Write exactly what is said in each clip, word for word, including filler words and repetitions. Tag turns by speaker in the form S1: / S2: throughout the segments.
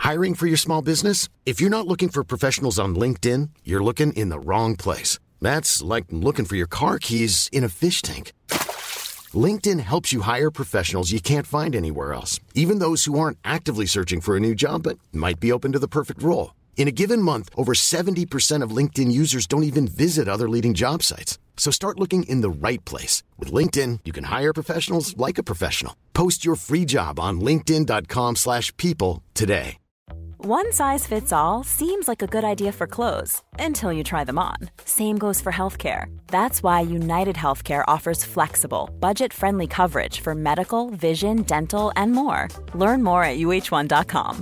S1: Hiring for your small business? If you're not looking for professionals on LinkedIn, you're looking in the wrong place. That's like looking for your car keys in a fish tank. LinkedIn helps you hire professionals you can't find anywhere else, even those who aren't actively searching for a new job but might be open to the perfect role. In a given month, over seventy percent of LinkedIn users don't even visit other leading job sites. So start looking in the right place. With LinkedIn, you can hire professionals like a professional. Post your free job on linkedin dot com slash people today.
S2: One size fits all seems like a good idea for clothes until you try them on. Same goes for healthcare. That's why United Healthcare offers flexible, budget-friendly coverage for medical, vision, dental, and more. Learn more at u h one dot com.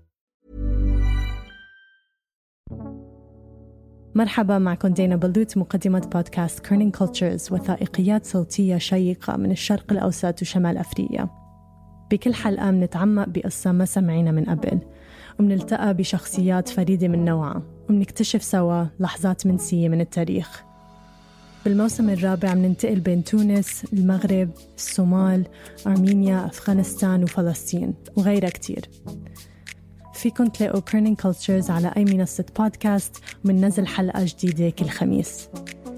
S3: مرحبا، معكم دينا بلوت، مقدمة بودكاست كورنينج كولتشرز، وثائقيات صوتية شيقة من الشرق الأوسط وشمال أفريقيا. بكل حلقة منتعمق بقصة ما سمعينا من قبل، ومنلتقى بشخصيات فريدة من نوعها، ومنكتشف سوا لحظات منسية من التاريخ. بالموسم الرابع مننتقل بين تونس، المغرب، الصومال، أرمينيا، أفغانستان وفلسطين وغيرها كتير. فيكن تلاقوا كورنينج كولتشرز على أي منصة بودكاست، ومننزل حلقة جديدة كل خميس.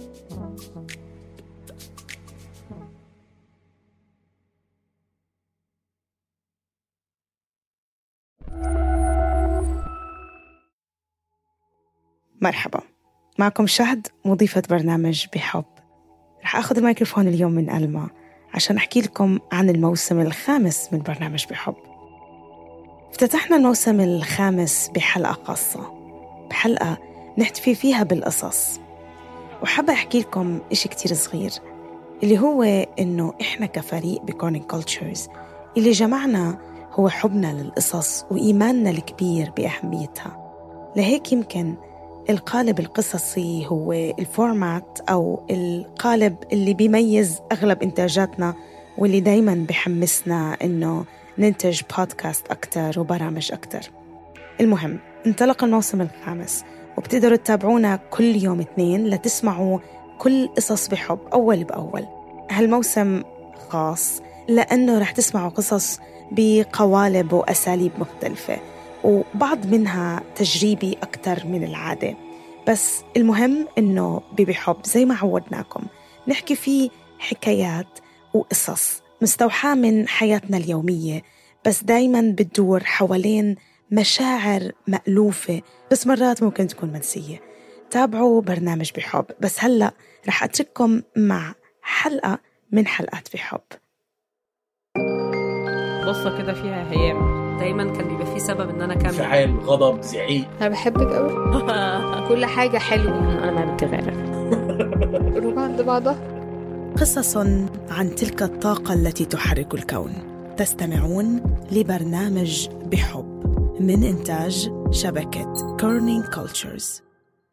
S4: مرحبا، معكم شهد، مضيفة برنامج بحب. رح أخذ الميكروفون اليوم من ألما عشان أحكي لكم عن الموسم الخامس من برنامج بحب. افتتحنا الموسم الخامس بحلقة خاصة، بحلقة نحتفي فيها بالقصص. وحابة أحكي لكم إشي كتير صغير، اللي هو إنه إحنا كفريق بكورنينج كولتشرز اللي جمعنا هو حبنا للقصص وإيماننا الكبير بأهميتها. لهيك يمكن القالب القصصي هو الفورمات أو القالب اللي بيميز أغلب إنتاجاتنا، واللي دايماً بحمسنا إنه ننتج بودكاست أكتر وبرامج أكتر. المهم، انطلق الموسم الخامس، وبتقدروا تتابعونا كل يوم اثنين لتسمعوا كل قصص بحب أول بأول. هالموسم خاص لأنه رح تسمعوا قصص بقوالب وأساليب مختلفة، وبعض منها تجريبي أكتر من العادة. بس المهم إنه ببحب زي ما عودناكم نحكي فيه حكايات وقصص مستوحاة من حياتنا اليومية، بس دايماً بتدور حوالين مشاعر مألوفة، بس مرات ممكن تكون منسية. تابعوا برنامج بحب. بس هلأ رح أترككم مع حلقة من حلقات بحب.
S5: قصة كده فيها هيام، دايما كان بيبقى فيه سبب ان انا كامل،
S6: فعال، غضب، زعيق.
S7: انا بحبك قوي. كل حاجه حلوه.
S5: انا ما بتغير.
S7: روح عند بعضها.
S4: قصص عن تلك الطاقة التي تحرك الكون. تستمعون لبرنامج بحب من إنتاج شبكة كورنينج كولتشرز.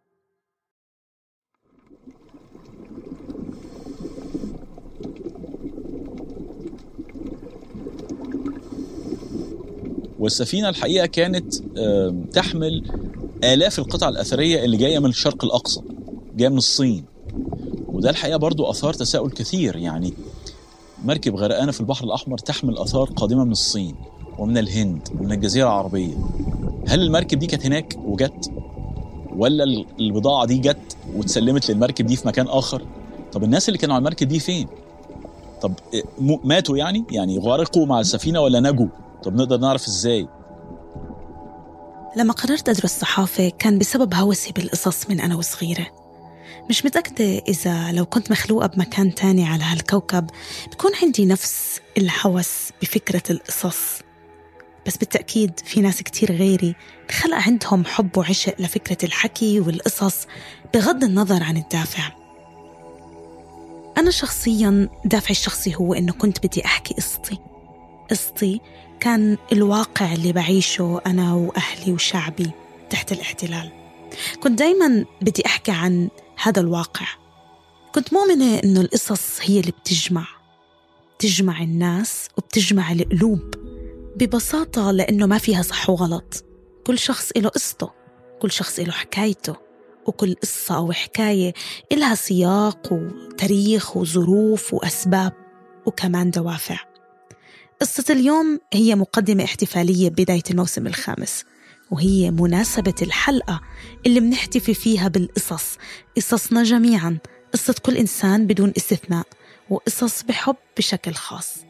S6: والسفينة الحقيقة كانت تحمل آلاف القطع الأثرية اللي جاية من الشرق الأقصى، جاية من الصين. وده الحقيقة برضو أثار تساؤل كثير، يعني مركب غرقانة في البحر الأحمر تحمل أثار قادمة من الصين ومن الهند ومن الجزيرة العربية. هل المركب دي كانت هناك وجت، ولا البضاعة دي جت وتسلمت للمركب دي في مكان آخر؟ طب الناس اللي كانوا على المركب دي فين؟ طب ماتوا يعني يعني غرقوا مع السفينة ولا نجوا؟ طب نقدر نعرف إزاي؟
S4: لما قررت أدرس صحافة كان بسبب هوسي بالقصص من أنا وصغيرة. مش متأكدة إذا لو كنت مخلوقة بمكان تاني على هالكوكب بكون عندي نفس الهوس بفكرة القصص، بس بالتأكيد في ناس كتير غيري خلق عندهم حب وعشق لفكرة الحكي والقصص بغض النظر عن الدافع. أنا شخصياً دافعي الشخصي هو إنه كنت بدي أحكي قصتي. قصتي كان الواقع اللي بعيشه أنا وأهلي وشعبي تحت الاحتلال. كنت دايماً بدي أحكي عن هذا الواقع. كنت مؤمنة إنه القصص هي اللي بتجمع تجمع الناس وبتجمع القلوب ببساطة، لأنه ما فيها صح وغلط. كل شخص له قصته، كل شخص له حكايته، وكل قصة أو حكاية إلها سياق وتاريخ وظروف وأسباب وكمان دوافع. قصة اليوم هي مقدمة احتفالية بداية الموسم الخامس، وهي مناسبة الحلقة اللي بنحتفي فيها بالقصص، قصصنا جميعاً، قصة كل إنسان بدون استثناء، وقصص بحب بشكل خاص.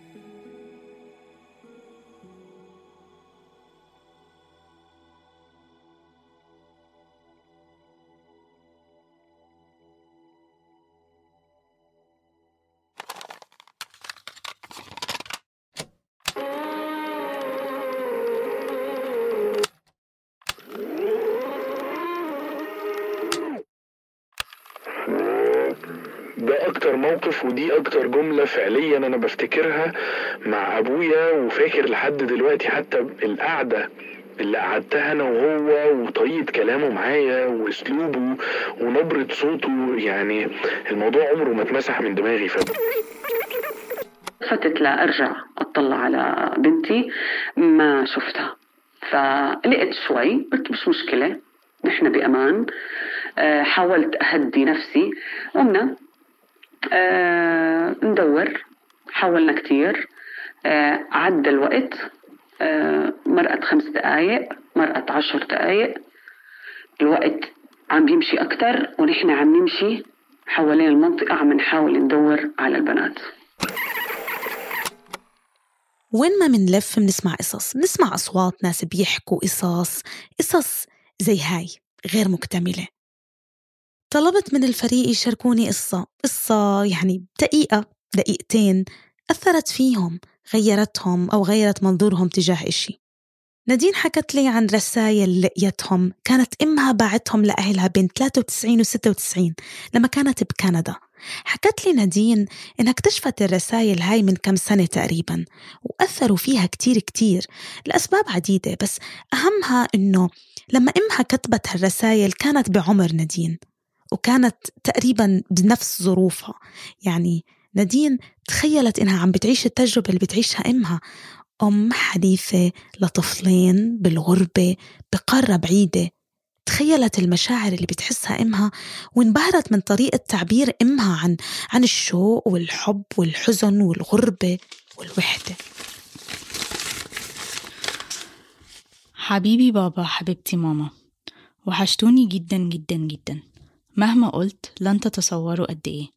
S8: ده أكتر موقف ودي أكتر جملة فعليا أنا بفتكرها مع أبويا، وفاكر لحد دلوقتي حتى القعدة اللي قعدتها أنا وهو وطريقة كلامه معايا وأسلوبه ونبرة صوته، يعني الموضوع عمره ما اتمسح من دماغي. ف
S9: فتت لأرجع أطلع على بنتي ما شفتها، فلقيت شوي قلت مش مشكلة نحن بأمان. أه حاولت أهدي نفسي، قمنا أه ندور، حاولنا كتير. أه عدى الوقت، أه مرقت خمس دقايق، مرقت عشر دقايق، الوقت عم بيمشي أكتر ونحن عم نمشي حوالين المنطقة عم نحاول ندور على البنات.
S4: وين ما منلف منسمع قصص، منسمع أصوات ناس بيحكوا قصص، قصص زي هاي غير مكتملة. طلبت من الفريق يشاركوني قصة قصة يعني دقيقة دقيقتين أثرت فيهم، غيرتهم أو غيرت منظورهم تجاه إشي. نادين حكت لي عن رسائل لقيتهم كانت إمها باعتهم لأهلها بين ثلاثة وتسعين و ستة وتسعين لما كانت بكندا. حكت لي نادين إنها اكتشفت الرسائل هاي من كم سنة تقريباً، وأثروا فيها كتير كتير لأسباب عديدة، بس أهمها إنه لما إمها كتبت هالرسائل كانت بعمر نادين وكانت تقريباً بنفس ظروفها. يعني نادين تخيلت إنها عم بتعيش التجربة اللي بتعيشها إمها، أم حديثة لطفلين بالغربة بقارة بعيدة. تخيلت المشاعر اللي بتحسها إمها وانبهرت من طريقة تعبير إمها عن عن الشوق والحب والحزن والغربة والوحدة.
S10: حبيبي بابا، حبيبتي ماما، وحشتوني جدا جدا جدا، مهما قلت لن تتصوروا قد إيه.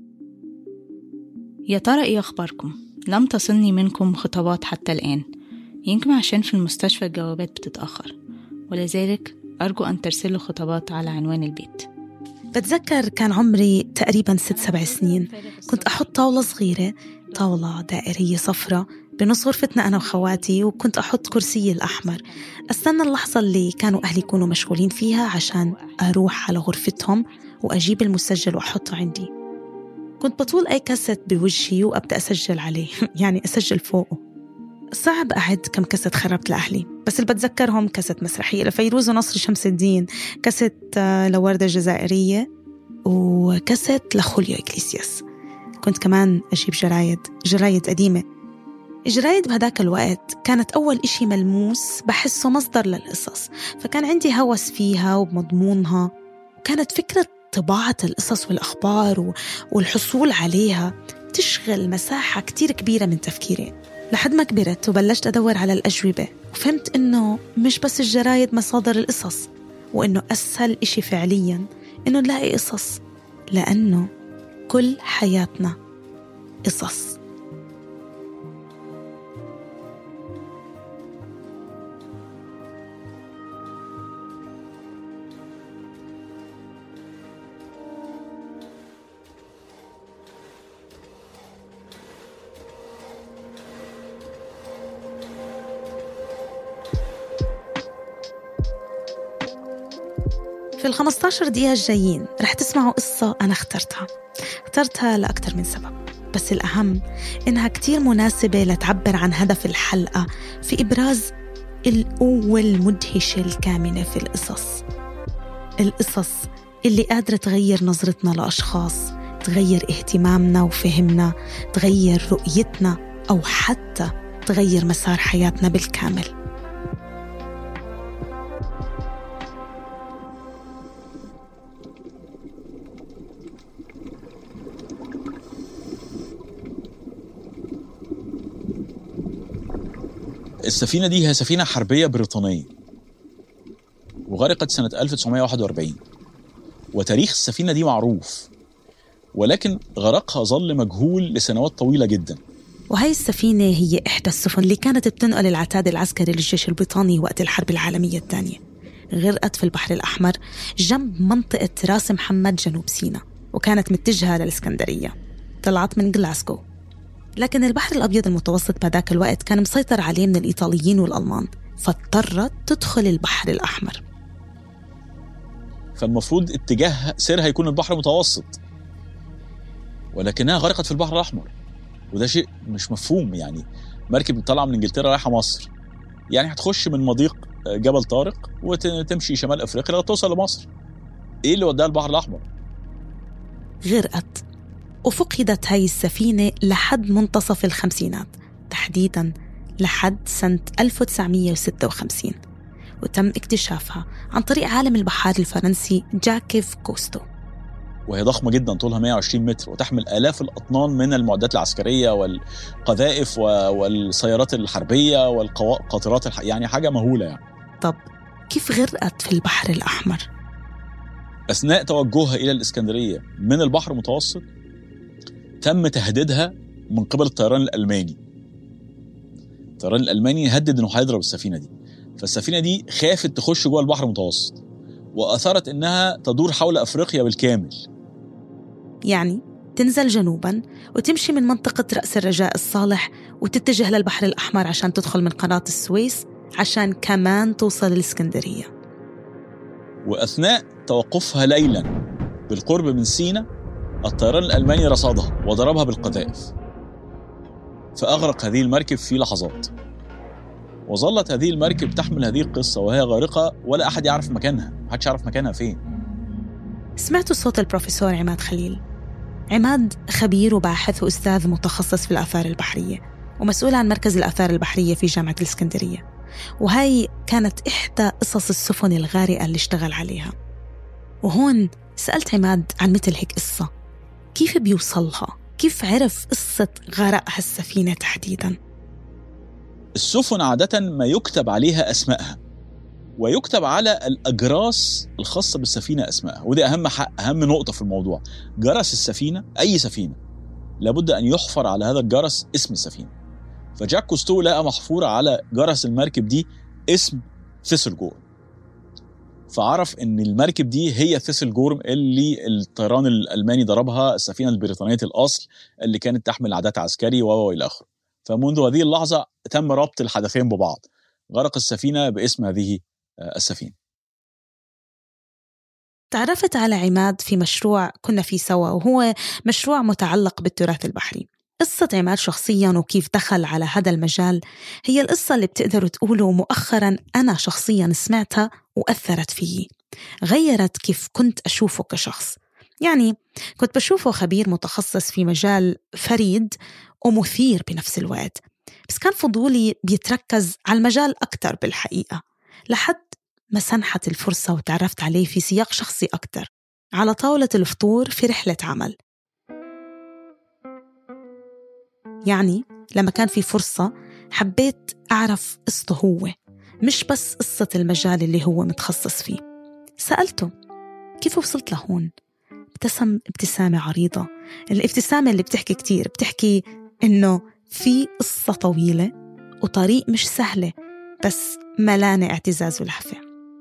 S10: يا ترى إيه أخباركم؟ لم تصلني منكم خطابات حتى الآن، يمكن عشان في المستشفى الجوابات بتتأخر، ولذلك أرجو أن ترسلوا خطابات على عنوان البيت.
S4: بتذكر كان عمري تقريبا ست سبع سنين، كنت أحط طاولة صغيرة، طاولة دائرية صفرة بنص غرفتنا أنا وخواتي، وكنت أحط كرسي الأحمر أستنى اللحظة اللي كانوا أهلي يكونوا مشغولين فيها عشان أروح على غرفتهم وأجيب المسجل وأحطه عندي. كنت بطول أي كاسيت بوجهي وأبدأ أسجل عليه يعني أسجل فوقه. صعب أعد كم كاسيت خربت لأهلي، بس اللي بتذكرهم كاسيت مسرحية لفيروز ونصر شمس الدين، كاسيت لوردة جزائرية، وكاسيت لخوليو إكليسياس. كنت كمان أجيب جرايد جرايد قديمة. الجرايد بهداك الوقت كانت أول إشي ملموس بحسه مصدر للقصص، فكان عندي هوس فيها وبمضمونها، وكانت فكرة طباعة القصص والأخبار والحصول عليها تشغل مساحة كتير كبيرة من تفكيري، لحد ما كبرت وبلشت أدور على الأجوبة، وفهمت إنه مش بس الجرايد مصادر القصص، وإنه أسهل إشي فعلياً إنه نلاقي قصص، لأنه كل حياتنا قصص. في الخمسة عشر دقيقة الجايين رح تسمعوا قصة أنا اخترتها اخترتها لأكثر من سبب، بس الأهم إنها كتير مناسبة لتعبر عن هدف الحلقة في إبراز القوة المدهشة الكامنة في القصص. القصص اللي قادرة تغير نظرتنا لأشخاص، تغير اهتمامنا وفهمنا، تغير رؤيتنا، أو حتى تغير مسار حياتنا بالكامل.
S6: السفينة دي هي سفينة حربية بريطانية، وغرقت سنة ألف وتسعمائة وواحد وأربعين، وتاريخ السفينة دي معروف، ولكن غرقها ظل مجهول لسنوات طويلة جدا.
S4: وهي السفينة هي إحدى السفن اللي كانت بتنقل العتاد العسكري للجيش البريطاني وقت الحرب العالمية الثانية. غرقت في البحر الأحمر جنب منطقة راس محمد جنوب سيناء، وكانت متجهة للإسكندرية. طلعت من غلاسكو، لكن البحر الأبيض المتوسط بهذاك الوقت كان مسيطر عليه من الإيطاليين والألمان، فاضطرت تدخل البحر الأحمر.
S6: فالمفروض اتجاه سيرها يكون البحر المتوسط، ولكنها غرقت في البحر الأحمر، وده شيء مش مفهوم. يعني مركب طالعة من إنجلترا رايحة مصر، يعني هتخش من مضيق جبل طارق وتمشي شمال أفريقيا لغاية توصل لمصر. إيه اللي وداها البحر الأحمر؟
S4: غرقت، وفقدت هاي السفينة لحد منتصف الخمسينات، تحديداً لحد سنة ألف وتسعمائة وستة وخمسين، وتم اكتشافها عن طريق عالم البحار الفرنسي جاكيف كوستو.
S6: وهي ضخمة جدا، طولها مئة وعشرين متر، وتحمل آلاف الأطنان من المعدات العسكرية والقذائف والسيارات الحربية والقاطرات الح... يعني حاجة مهولة يعني.
S4: طب كيف غرقت في البحر الأحمر؟
S6: أثناء توجهها إلى الإسكندرية من البحر المتوسط تم تهديدها من قبل الطيران الألماني. الطيران الألماني هدد إنه هيضرب السفينة دي، فالسفينة دي خافت تخش جوه البحر المتوسط، وأثرت إنها تدور حول أفريقيا بالكامل.
S4: يعني تنزل جنوباً وتمشي من منطقة رأس الرجاء الصالح وتتجه للبحر الأحمر عشان تدخل من قناة السويس عشان كمان توصل للإسكندرية.
S6: وأثناء توقفها ليلاً بالقرب من سيناء الطيران الألماني رصدها وضربها بالقذائف، فأغرق هذه المركب في لحظات. وظلت هذه المركب تحمل هذه القصة وهي غارقة، ولا أحد يعرف مكانها، محدش يعرف مكانها فين.
S4: سمعتوا صوت البروفيسور عماد خليل. عماد خبير وباحث وأستاذ متخصص في الآثار البحرية، ومسؤول عن مركز الآثار البحرية في جامعة الإسكندرية، وهي كانت إحدى قصص السفن الغارقة اللي اشتغل عليها. وهون سألت عماد عن مثل هيك قصة، كيف بيوصلها؟ كيف عرف قصة غرق هالسفينة تحديداً؟
S6: السفن عادة ما يكتب عليها أسمائها، ويكتب على الأجراس الخاصة بالسفينة أسمائها، ودي أهم حق أهم نقطة في الموضوع. جرس السفينة، أي سفينة لابد أن يحفر على هذا الجرس اسم السفينة. فجاك كوستو لقى محفورة على جرس المركب دي اسم ثيسلجورم، فعرف ان المركب دي هي ثيسلجورم اللي الطيران الألماني ضربها السفينة البريطانية الأصل اللي كانت تحمل عدات عسكري وإلى آخره. فمنذ هذه اللحظة تم ربط الحدثين ببعض، غرق السفينة باسم هذه السفينة.
S4: تعرفت على عماد في مشروع كنا فيه سوا، وهو مشروع متعلق بالتراث البحري. قصة عماد شخصياً وكيف دخل على هذا المجال هي القصة اللي بتقدروا تقولوا مؤخراً أنا شخصياً سمعتها وأثرت فيي، غيرت كيف كنت أشوفه كشخص. يعني كنت بشوفه خبير متخصص في مجال فريد ومثير بنفس الوقت، بس كان فضولي بيتركز على المجال أكتر بالحقيقة، لحد ما سنحت الفرصة وتعرفت عليه في سياق شخصي أكتر على طاولة الفطور في رحلة عمل. يعني لما كان في فرصة حبيت أعرف قصته هو، مش بس قصة المجال اللي هو متخصص فيه. سألته كيف وصلت لهون؟ ابتسم ابتسامة عريضة، الابتسامة اللي بتحكي كتير، بتحكي إنه في قصة طويلة وطريق مش سهلة، بس ملانة اعتزاز ولهفة.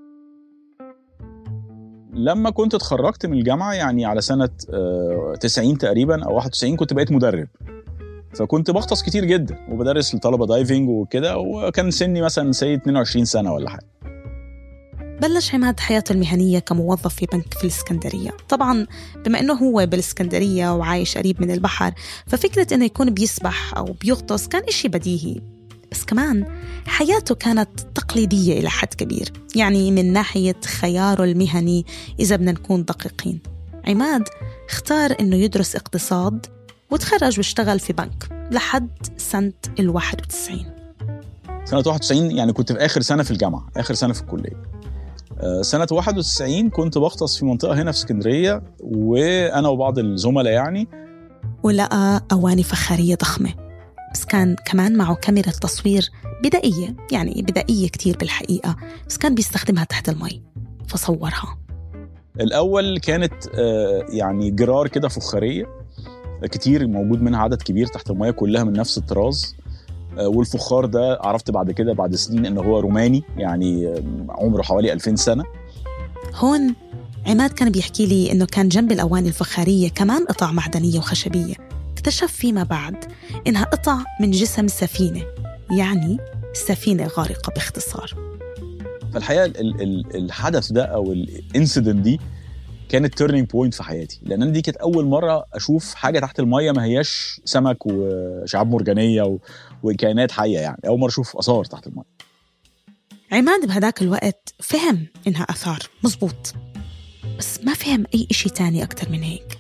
S6: لما كنت اتخرجت من الجامعة يعني على سنة تسعين تقريبا أو واحد وتسعين كنت بقيت مدرب، فكنت بغطس كتير جدا وبدرس لطلبة دايفنج وكده، وكان سني مثلا سي اثنين وعشرين سنة ولا حاجة.
S4: بلش عماد حياته المهنية كموظف في بنك في الإسكندرية. طبعا بما أنه هو بالإسكندرية وعايش قريب من البحر، ففكرة أنه يكون بيسبح أو بيغطس كان إشي بديهي، بس كمان حياته كانت تقليدية إلى حد كبير، يعني من ناحية خياره المهني إذا بدنا نكون دقيقين. عماد اختار أنه يدرس اقتصاد وتخرج واشتغل في بنك لحد سنة الواحد وتسعين.
S6: سنة واحد وتسعين يعني كنت في آخر سنة في الجامعة، آخر سنة في الكلية. سنة واحد وتسعين كنت بغطس في منطقة هنا في اسكندرية، وأنا وبعض الزملاء يعني،
S4: ولقى أواني فخارية ضخمة، بس كان كمان معه كاميرا تصوير بدائية، يعني بدائية كتير بالحقيقة، بس كان بيستخدمها تحت المي. فصورها.
S6: الأول كانت يعني جرار كده فخارية كتير موجود منها عدد كبير تحت المياه كلها من نفس الطراز، والفخار ده عرفت بعد كده بعد سنين إنه هو روماني يعني عمره حوالي ألفين سنة.
S4: هون عماد كان بيحكي لي إنه كان جنب الأواني الفخارية كمان قطع معدنية وخشبية اكتشف فيما بعد إنها قطع من جسم سفينة، يعني سفينة غارقة باختصار.
S6: فالحقيقة الحدث ده أو الانسيدنت دي كانت تيرنينج بوينت في حياتي، لأن دي كانت أول مرة أشوف حاجة تحت المية ما هياش سمك وشعاب مرجانية وكائنات حية، يعني أول مرة أشوف آثار تحت المية.
S4: عماد بهداك الوقت فهم إنها آثار مزبوط، بس ما فهم أي إشي تاني أكتر من هيك.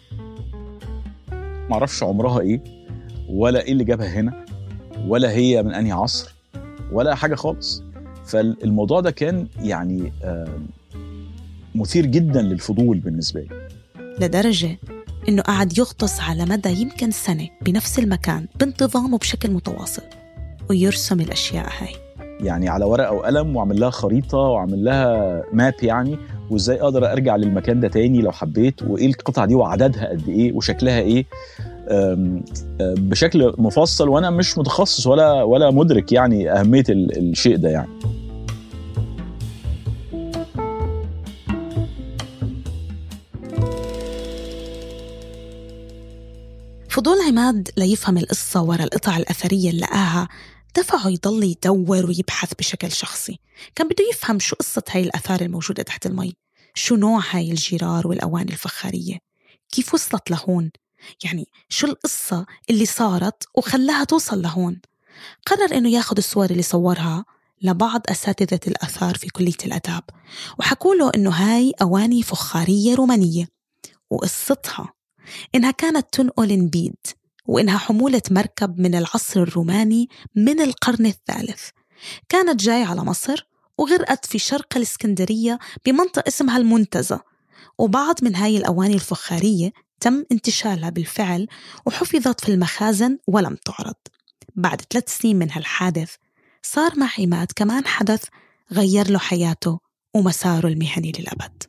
S6: معرفش عمرها إيه ولا إيه اللي جابها هنا ولا هي من أنهي عصر ولا حاجة خالص. فالموضوع ده كان يعني مثير جدا للفضول بالنسبة لي،
S4: لدرجة إنه قاعد يغطس على مدى يمكن سنة بنفس المكان بانتظام وبشكل متواصل ويرسم الأشياء هاي
S6: يعني على ورقة وقلم، وعمل لها خريطة وعمل لها ماب يعني، وإزاي أقدر أرجع للمكان ده تاني لو حبيت، وإيه القطع دي وعددها قد إيه وشكلها إيه بشكل مفصل. وأنا مش متخصص ولا ولا مدرك يعني أهمية الشيء ده يعني.
S4: فضول عماد ليفهم القصة ورا القطع الأثرية اللي لقاها دفعه يضل يدور ويبحث بشكل شخصي. كان بده يفهم شو قصة هاي الأثار الموجودة تحت المي، شو نوع هاي الجرار والأواني الفخارية، كيف وصلت لهون، يعني شو القصة اللي صارت وخلاها توصل لهون. قرر إنه ياخد الصور اللي صورها لبعض أساتذة الأثار في كلية الآداب، وحكوا له إنه هاي أواني فخارية رومانية، وقصتها إنها كانت تنقل نبيد، وإنها حمولة مركب من العصر الروماني من القرن الثالث كانت جاي على مصر وغرقت في شرق الإسكندرية بمنطقة اسمها المنتزه. وبعض من هاي الأواني الفخارية تم انتشالها بالفعل وحفظت في المخازن ولم تعرض. بعد ثلاث سنين من هالحادث صار مع عماد كمان حدث غير له حياته ومساره المهني للأبد.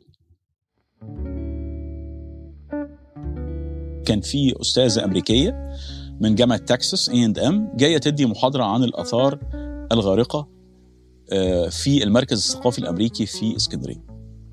S6: كان في أستاذة أمريكية من جامعة تكساس إيه أند إم جاية تدي محاضرة عن الآثار الغارقة في المركز الثقافي الأمريكي في اسكندرية،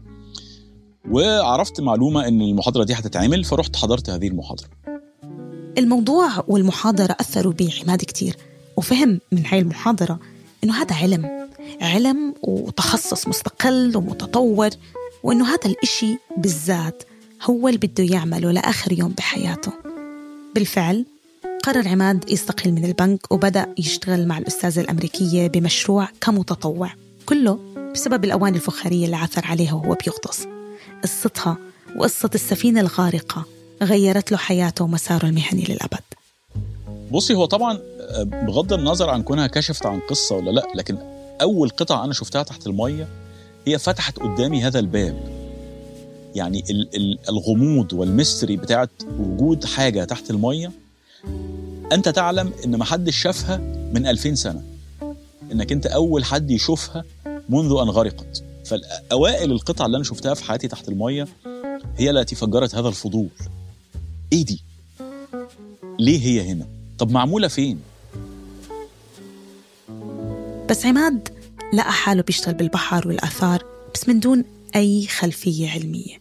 S6: وعرفت معلومة إن المحاضرة دي هتتعمل، فرحت حضرت هذه المحاضرة.
S4: الموضوع والمحاضرة أثروا بعماد كتير، وفهم من هاي المحاضرة إنه هذا علم علم وتخصص مستقل ومتطور، وإنه هذا الإشي بالذات هو اللي بده يعمله لآخر يوم بحياته. بالفعل قرر عماد يستقيل من البنك وبدأ يشتغل مع الأستاذة الأمريكية بمشروع كمتطوع، كله بسبب الأواني الفخارية اللي عثر عليها وهو بيغطس. قصتها وقصة السفينة الغارقة غيرت له حياته ومساره المهني للأبد.
S6: بصي، هو طبعا بغض النظر عن كونها كشفت عن قصة ولا لا، لكن أول قطعة أنا شفتها تحت المية هي فتحت قدامي هذا الباب، يعني الغموض والميستري بتاعت وجود حاجة تحت المية أنت تعلم إن محدش شافها من ألفين سنة، إنك أنت أول حد يشوفها منذ أن غرقت. فالأوائل القطع اللي أنا شفتها في حياتي تحت المية هي التي فجرت هذا الفضول. إيه دي؟ ليه هي هنا؟ طب معمولة فين؟
S4: بس عماد لقى حاله بيشتغل بالبحر والآثار بس من دون أي خلفية علمية.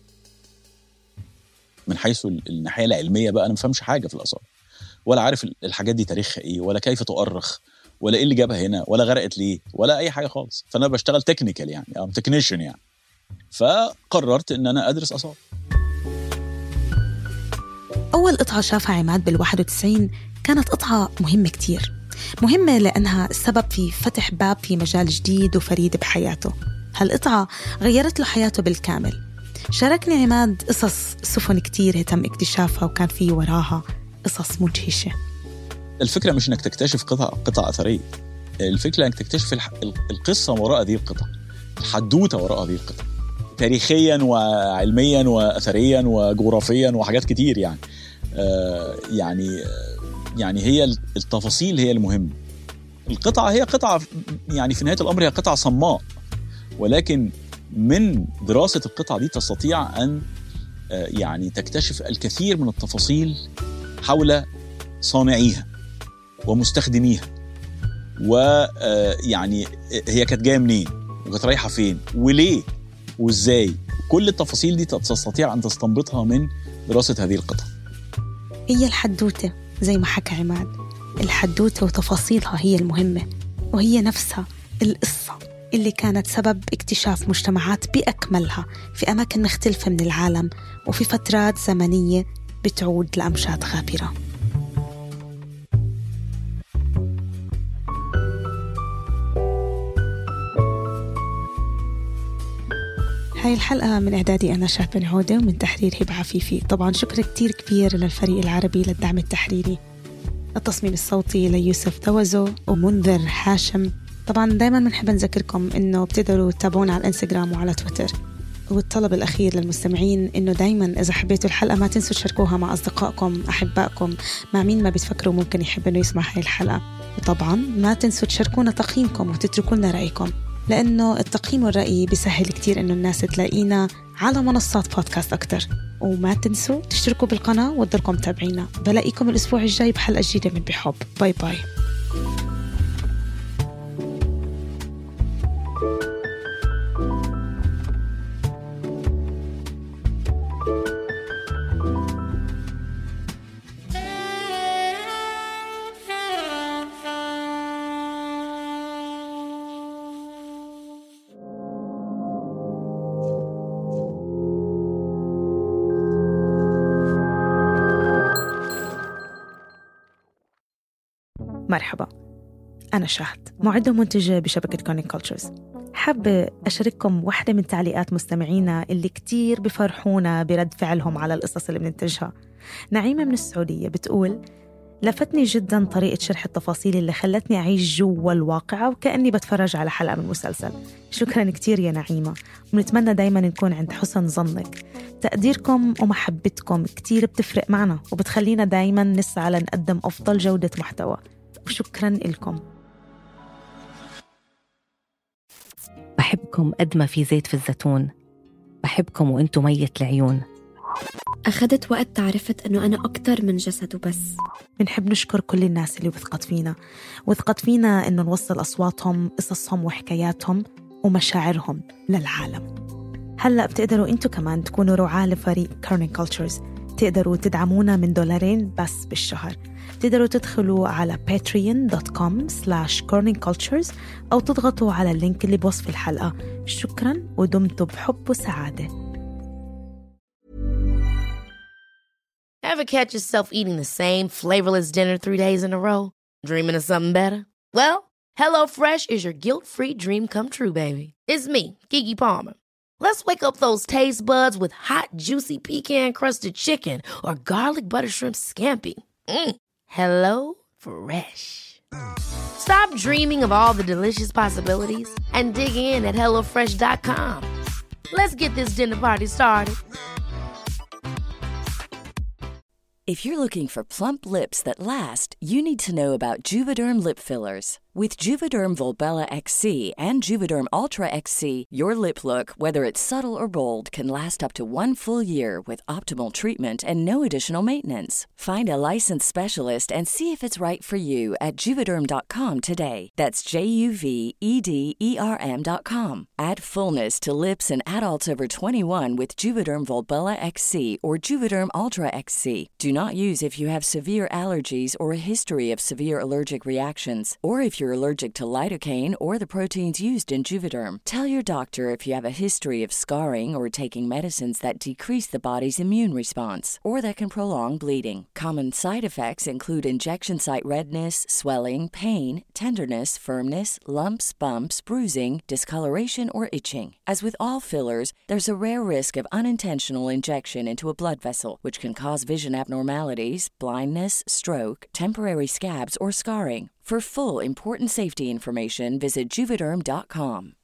S6: من حيث الناحية العلمية بقى أنا مفهمش حاجة في الآثار، ولا عارف الحاجات دي تاريخها إيه، ولا كيف تؤرخ، ولا إيه اللي جابها هنا، ولا غرقت ليه، ولا أي حاجة خالص. فأنا بشتغل تكنيكال يعني أو تكنيشن يعني. فقررت إن أنا أدرس آثار.
S4: أول قطعة شافها عماد بالواحد وتسعين كانت قطعة مهمة كتير، مهمة لأنها السبب في فتح باب في مجال جديد وفريد بحياته. هالقطعة غيرت له حياته بالكامل. شاركني عماد قصص سفن كتير تم اكتشافها وكان فيه وراها قصص مدهشة.
S6: الفكرة مش إنك تكتشف قطع قطع أثرية، الفكرة إنك تكتشف الح... القصة وراء هذه القطع، الحدوتة وراء هذه القطع، تاريخيا وعلميا وأثريا وجغرافيا وحاجات كتير يعني. آه يعني يعني هي التفاصيل هي المهمة. القطعة هي قطعة يعني في نهاية الأمر هي قطعة صماء، ولكن من دراسة القطعة دي تستطيع أن يعني تكتشف الكثير من التفاصيل حول صانعيها ومستخدميها، ويعني هي كانت جاية منين وكانت رايحة فين وليه وإزاي. كل التفاصيل دي تستطيع أن تستنبطها من دراسة هذه القطعة.
S4: هي الحدوتة زي ما حكى عماد، الحدوتة وتفاصيلها هي المهمة، وهي نفسها القصة اللي كانت سبب اكتشاف مجتمعات بأكملها في أماكن مختلفة من العالم وفي فترات زمنية بتعود لأمجاد غابرة. هاي الحلقة من إعدادي أنا شهد بن عودة ومن تحرير هبة عفيفي. طبعا شكر كتير كبير للفريق العربي للدعم التحريري، التصميم الصوتي ليوسف توزو ومنذر هاشم. طبعا دايما بنحب نذكركم إنه بتقدروا تتابعونا على الإنستغرام وعلى تويتر. والطلب الأخير للمستمعين إنه دايما إذا حبيتوا الحلقة ما تنسوا تشاركوها مع أصدقائكم أحبائكم، مع مين ما بتفكروا ممكن يحب إنه يسمع هاي الحلقة. وطبعا ما تنسوا تشاركونا تقييمكم وتتركوا لنا رأيكم، لأنه التقييم والرأي بيسهل كتير إنه الناس تلاقينا على منصات بودكاست أكتر. وما تنسوا تشتركوا بالقناة وتضلكم تابعينا. بلاقيكم الأسبوع الجاي بحلقة جديدة من بحب. باي باي. مرحبا، أنا شهد، معدة ومنتجة بشبكة كورنينج كولتشرز. حابة أشارككم واحدة من تعليقات مستمعينا اللي كتير بفرحونا برد فعلهم على القصص اللي بننتجها. نعيمة من السعودية بتقول: لفتني جدا طريقة شرح التفاصيل اللي خلتني أعيش جوا الواقعة وكأني بتفرج على حلقة من مسلسل. شكرا كتير يا نعيمة، ونتمنى دايما نكون عند حسن ظنك. تقديركم ومحبتكم كتير بتفرق معنا وبتخلينا دايما نسعى لنقدم أفضل جودة محتوى، وشكراً لكم.
S11: بحبكم قد ما في زيت في الزيتون، بحبكم وإنتو مية العيون.
S12: أخذت وقت تعرفت أنه أنا أكتر من جسد وبس.
S4: بنحب نشكر كل الناس اللي وثقت فينا وثقت فينا إنه نوصل أصواتهم، قصصهم وحكاياتهم ومشاعرهم للعالم. هلأ بتقدروا إنتو كمان تكونوا رعاة لفريق كورنينج كولتشرز. تقدروا تدعمونا من دولارين بس بالشهر. تقدروا تدخلوا على patreon dot com slash corning cultures أو تضغطوا على اللينك اللي بوصف الحلقة. شكراً ودمتم بحب وسعادة.
S13: Ever catch yourself eating the same flavorless dinner three days in a row? Dreaming of something better? Well, HelloFresh is your guilt-free dream come true, baby. It's me, Keke Palmer. Let's wake up those taste buds with hot, juicy pecan-crusted chicken or garlic butter shrimp scampi. Mm. Hello Fresh. Stop dreaming of all the delicious possibilities and dig in at hello fresh dot com. Let's get this dinner party started.
S14: If you're looking for plump lips that last, you need to know about Juvederm lip fillers. With Juvederm Volbella X C and Juvederm Ultra X C, your lip look, whether it's subtle or bold, can last up to one full year with optimal treatment and no additional maintenance. Find a licensed specialist and see if it's right for you at Juvederm dot com today. That's J U V E D E R M dot com. Add fullness to lips in adults over twenty-one with Juvederm Volbella X C or Juvederm Ultra X C. Do not use if you have severe allergies or a history of severe allergic reactions, or if you're allergic to lidocaine or the proteins used in Juvederm. Tell your doctor if you have a history of scarring or taking medicines that decrease the body's immune response or that can prolong bleeding. Common side effects include injection site redness, swelling, pain, tenderness, firmness, lumps, bumps, bruising, discoloration, or itching. As with all fillers, there's a rare risk of unintentional injection into a blood vessel, which can cause vision abnormalities, blindness, stroke, temporary scabs, or scarring. For full important safety information, visit Juvederm dot com.